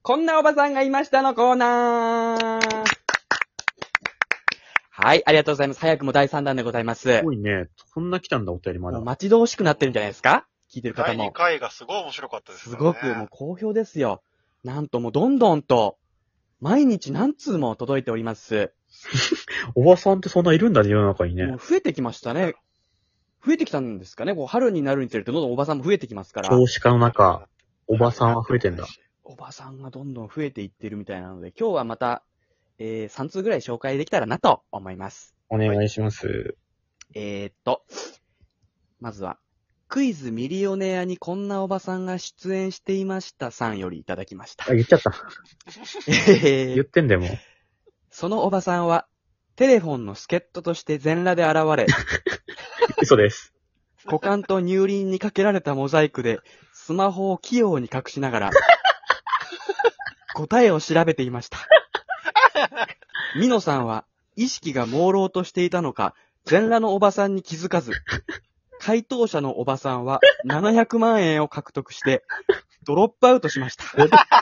こんなおばさんがいましたのコーナー。はい、ありがとうございます。早くも第3弾でございます。 すごいね。そんな来たんだ、お便りまだ。 もう待ち遠しくなってるんじゃないですか？聞いてる方第2 も。 回がすごい面白かったですすね。 ごくもう好評ですよ。なんともうどんどんと、毎日何通も届いております。 おばさんってそんないるんだね、世の中にねもう。増えてきましたね。増えてきたんですかね。こう春になるにつれてどんどんおばさんも増えてきますから。 少子化の中、おばさんは増えてんだ。 おばさんがどんどん増えていってるみたいなので、今日はまた、3通ぐらい紹介できたらなと思います。 お願いします。 まずは、クイズミリオネアにこんなおばさんが出演していましたさんよりいただきました。 あ、言っちゃった。言ってんだよ、もう。 そのおばさんは、テレフォンの助っ人として全裸で現れ、 嘘です。 股間と乳輪にかけられたモザイクで、スマホを器用に隠しながら、答えを調べていました。ミノさんは、意識が朦朧としていたのか、全裸のおばさんに気づかず、回答者のおばさんは700万円を獲得して、ドロップアウトしました。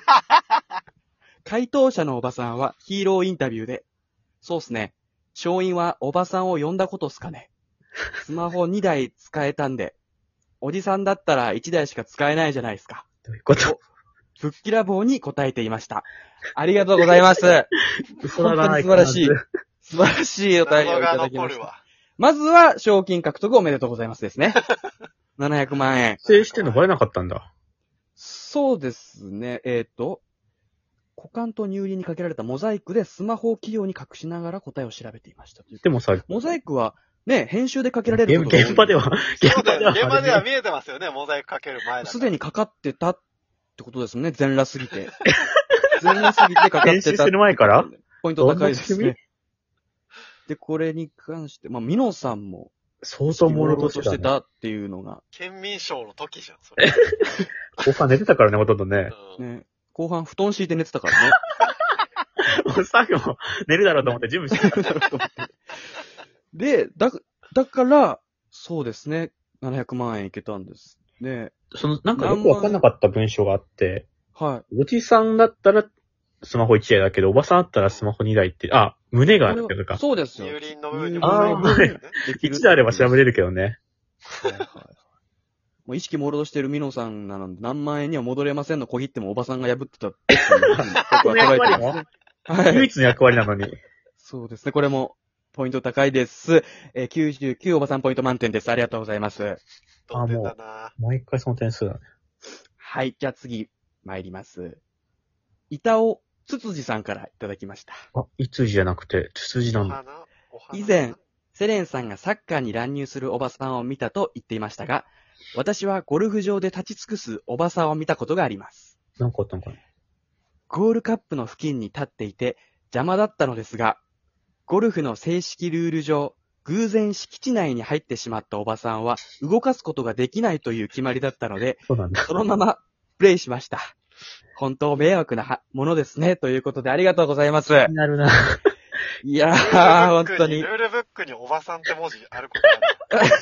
回答者のおばさんはヒーローインタビューで、そうっすね、勝因はおばさんを呼んだことっすかね。スマホ2台使えたんで、おじさんだったら1台しか使えないじゃないですか。 どういうことぶっきらぼうに答えていました。ありがとうございます。 嘘だな、 本当に素晴らしい素晴らしいお便りをいただきました。 謎が残るわ。 まずは、賞金獲得おめでとうございますですね。700万円。 制してんのバレなかったんだ。 そうですね。股間と乳輪にかけられたモザイクでスマホを器用に隠しながら答えを調べていました。 でもさ、 モザイクは、ね、編集でかけられることが多い現場では、 そうだよ。現場では見えてますよね、モザイクかける前だから。 すでにかかってたってことですもんね、全裸すぎて。全裸すぎてかかってた。 編集する前からポイント高いですどんなね。で、これに関して、まあ、ミノさんも、 相当もろとしてしてた、ね。 たっていうのが、 県民賞の時じゃん、それ。 後半寝てたからね、ほとんどね。 うんね、後半布団敷いて寝てたからね。 スタッフも寝るだろうと思って準備してた。 で、だから、そうですね、700万円いけたんですね。 なんかよくわかんなかった文章があって、 はおじさんだったらスマホ1台だけど、おばさんだったらスマホ2台って、胸い。 があるけどか。 そうですよ。 乳輪の部分にあーモザイクかけるね 1台あれば調べれるけどね。 はいはいはい。もう意識朦朧としてるミノさんなので、何万円には戻れませんの小切ってもおばさんが破ってたっていうふうに僕は捉えてますね。はい。 唯一の役割なのに。 そうですね。これも、ポイント高いです。99おばさんポイント満点です。ありがとうございます。 どんでんだな。 毎回その点数だね。 はい。じゃあ次、参ります。板尾つつじさんからいただきました。 いつじじゃなくて、つつじなんだ。 お花以前、セレンさんがサッカーに乱入するおばさんを見たと言っていましたが、私はゴルフ場で立ち尽くすおばさんを見たことがあります。 なんかあったのかな。 ゴールカップの付近に立っていて邪魔だったのですが、ゴルフの正式ルール上、偶然敷地内に入ってしまったおばさんは動かすことができないという決まりだったので、 そうなんだ。 そのままプレイしました。本当迷惑なものですね。ということでありがとうございます。 気になるな。 いやー、本当にル。ールブックにおばさんって文字あることある。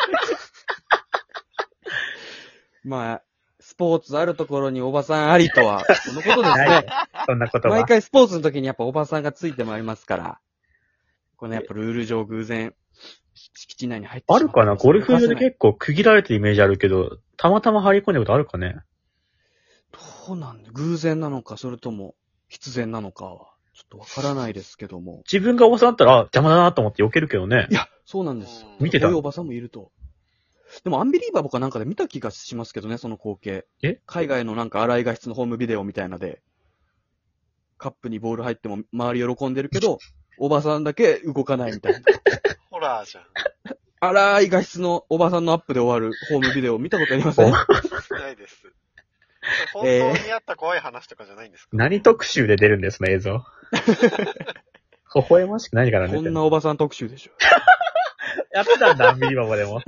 まあ、スポーツあるところにおばさんありとは、そのことですね。 そんなことは。 毎回スポーツの時にやっぱおばさんがついてまいりますから。このやっぱルール上偶然、敷地内に入ってしまったあるかなゴルフ場で結構区切られてるイメージあるけど、たまたま入り込んだことあるかね。 どうなんだ偶然なのか、それとも必然なのかは、ちょっとわからないですけども。 自分がおばさんだったら、邪魔だなと思って避けるけどねい。や、そうなんですよ。 見てたこういうおばさんもいると。でもアンビリーバボーかなんかで見た気がしますけどね、その光景。海外のなんか洗い画質のホームビデオみたいなで、カップにボール入っても周り喜んでるけど、おばさんだけ動かないみたいな。 ホラーじゃん。 荒い画質のおばさんのアップで終わるホームビデオ見たことありません？ ないです。本当にあった怖い話とかじゃないんですか？ 何特集で出るんです、その映像。微笑ましくないからね。 こんなおばさん特集でしょ。 やってたんだ、アンビリバボーでも。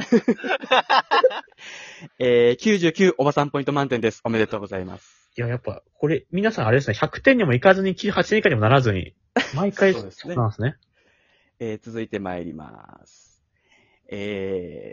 99おばさんポイント満点です。おめでとうございます。 いや、やっぱ、これ、皆さんあれですね、100点にもいかずに98点以下にもならずに、毎回、 そうですねなんですね。 続いて参ります。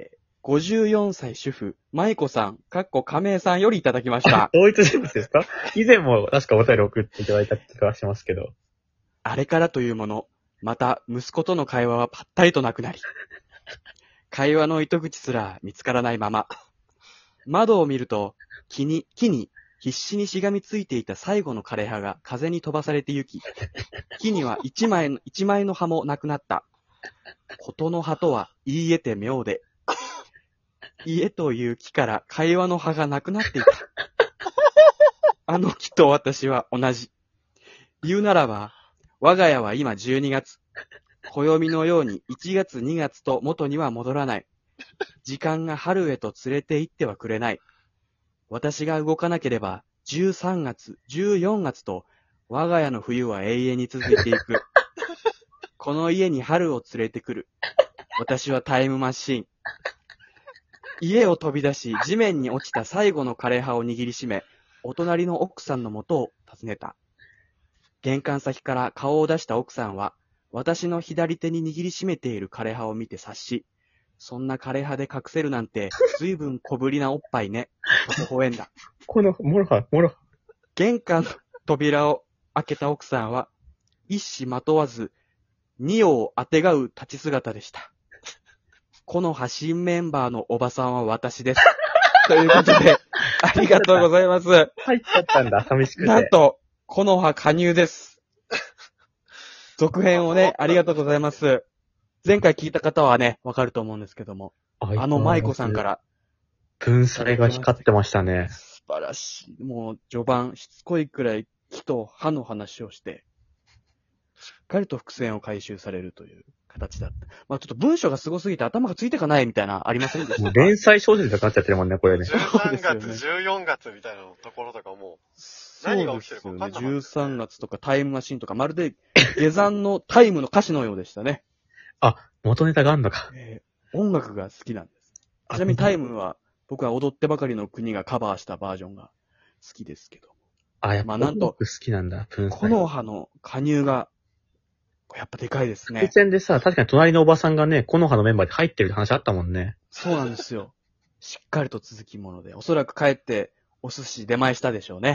54歳主婦、舞子さん、亀井さんよりいただきました。 同一人物ですか？以前も確かお便り送っていただいた気がしますけど。 あれからというもの、また息子との会話はぱったりとなくなり、会話の糸口すら見つからないまま、窓を見ると、木に必死にしがみついていた最後の枯葉が風に飛ばされてゆき、木には一枚の葉もなくなった。ことの葉とは言い得て妙で、家という木から会話の葉がなくなっていた。あの木と私は同じ。言うならば、我が家は今12月。暦のように1月2月と元には戻らない。時間が春へと連れて行ってはくれない。私が動かなければ13月、14月と我が家の冬は永遠に続いていく。この家に春を連れてくる。私はタイムマシーン。家を飛び出し、地面に落ちた最後の枯葉を握りしめ、お隣の奥さんのもとを訪ねた。玄関先から顔を出した奥さんは、私の左手に握りしめている枯葉を見て察し、そんな枯葉で隠せるなんて、ずいぶん小ぶりなおっぱいね、と微笑んだ。 この、もろは。 玄関の扉を開けた奥さんは、一糸まとわず、二葉をあてがう立ち姿でした。この葉新メンバーのおばさんは私です。ということで、ありがとうございます。 入っちゃったんだ、寂しくて。 なんと、この葉加入です。続編をね、ありがとうございます。前回聞いた方はね、わかると思うんですけども、舞子さんから。 文才が光ってましたね。 素晴らしい。もう、序盤、しつこいくらい木と葉の話をして、しっかりと伏線を回収されるという形だった。まあちょっと文章がすごすぎて頭がついてかないみたいなありませんでした。 連載小説とかなっちゃってるもんね、これね。 13月、14月みたいなところとかも何が起きてるか分かんなかったですね。 13月とかタイムマシンとか、まるで下山のタイムの歌詞のようでしたね。 あ、元ネタがあんのか。 音楽が好きなんです。ちなみにタイムは、僕は踊ってばかりの国がカバーしたバージョンが好きですけど。 やっぱ音楽好きなんだ、文才。 この葉の加入が、やっぱでかいですね。 伏線でさ、確かに隣のおばさんがね、この葉のメンバーで入ってるって話あったもんね。 そうなんですよ。しっかりと続きもので、おそらく帰ってお寿司出前したでしょう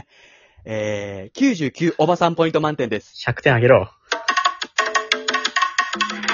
ね。99おばさんポイント満点です。 100点あげろ。